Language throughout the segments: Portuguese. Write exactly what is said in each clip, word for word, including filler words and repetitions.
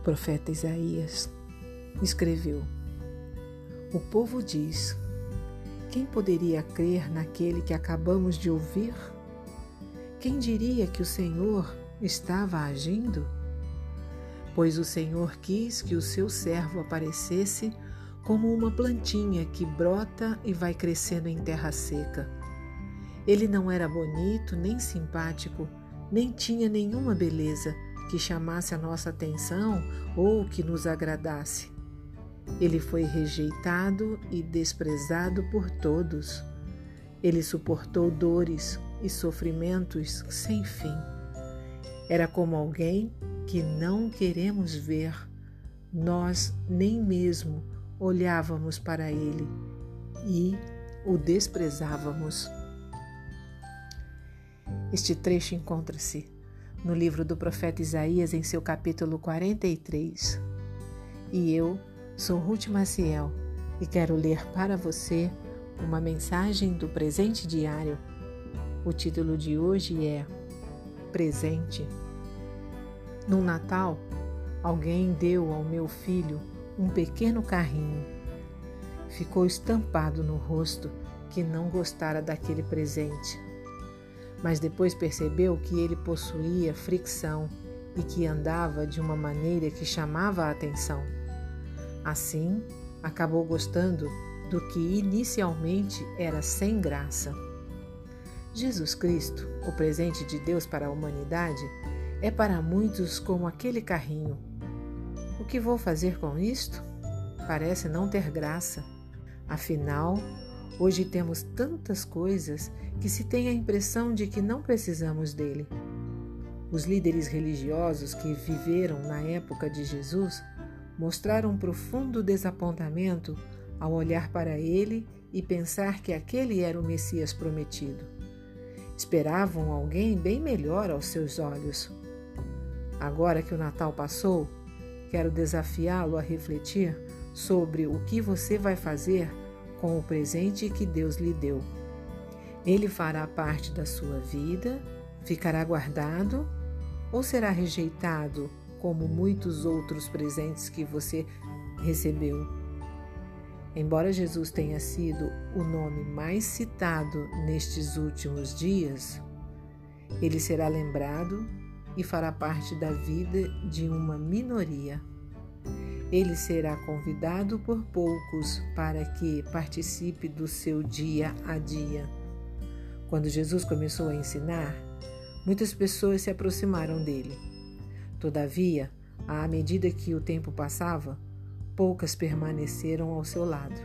profeta Isaías escreveu: o povo diz: quem poderia crer naquele que acabamos de ouvir? Quem diria que o Senhor estava agindo? Pois o Senhor quis que o seu servo aparecesse como uma plantinha que brota e vai crescendo em terra seca. Ele não era bonito, nem simpático, nem tinha nenhuma beleza que chamasse a nossa atenção ou que nos agradasse. Ele foi rejeitado e desprezado por todos. Ele suportou dores e sofrimentos sem fim. Era como alguém que não queremos ver. Nós nem mesmo olhávamos para ele e o desprezávamos. Este trecho encontra-se no livro do profeta Isaías, em seu capítulo quarenta e três. E eu sou Ruth Maciel e quero ler para você uma mensagem do presente diário. O título de hoje é Presente. No Natal, alguém deu ao meu filho um pequeno carrinho. Ficou estampado no rosto que não gostara daquele presente. Mas depois percebeu que ele possuía fricção e que andava de uma maneira que chamava a atenção. Assim, acabou gostando do que inicialmente era sem graça. Jesus Cristo, o presente de Deus para a humanidade, é para muitos como aquele carrinho. O que vou fazer com isto? Parece não ter graça. Afinal, hoje temos tantas coisas que se tem a impressão de que não precisamos dele. Os líderes religiosos que viveram na época de Jesus mostraram um profundo desapontamento ao olhar para ele e pensar que aquele era o Messias prometido. Esperavam alguém bem melhor aos seus olhos. Agora que o Natal passou, quero desafiá-lo a refletir sobre o que você vai fazer com o presente que Deus lhe deu. Ele fará parte da sua vida, ficará guardado ou será rejeitado como muitos outros presentes que você recebeu? Embora Jesus tenha sido o nome mais citado nestes últimos dias, ele será lembrado e fará parte da vida de uma minoria. Ele será convidado por poucos para que participe do seu dia a dia. Quando Jesus começou a ensinar, muitas pessoas se aproximaram dele. Todavia, à medida que o tempo passava, poucas permaneceram ao seu lado.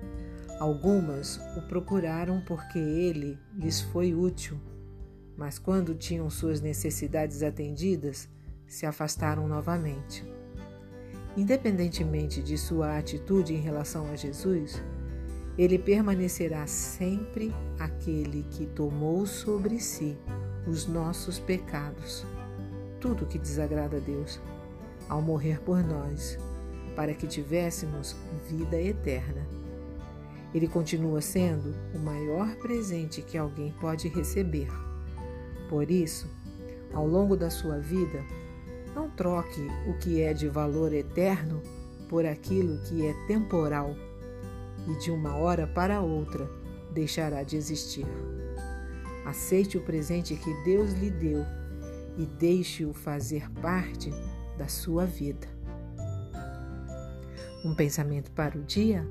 Algumas o procuraram porque ele lhes foi útil, mas quando tinham suas necessidades atendidas, se afastaram novamente. Independentemente de sua atitude em relação a Jesus, ele permanecerá sempre aquele que tomou sobre si os nossos pecados, tudo que desagrada a Deus, ao morrer por nós, para que tivéssemos vida eterna. Ele continua sendo o maior presente que alguém pode receber. Por isso, ao longo da sua vida, não troque o que é de valor eterno por aquilo que é temporal e de uma hora para outra deixará de existir. Aceite o presente que Deus lhe deu e deixe-o fazer parte da sua vida. Um pensamento para o dia?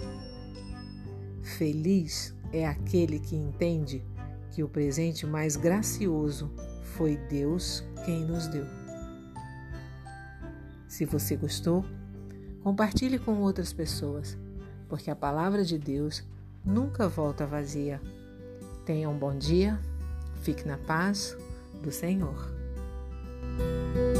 Feliz é aquele que entende que o presente mais gracioso foi Deus quem nos deu. Se você gostou, compartilhe com outras pessoas, porque a palavra de Deus nunca volta vazia. Tenha um bom dia, fique na paz do Senhor.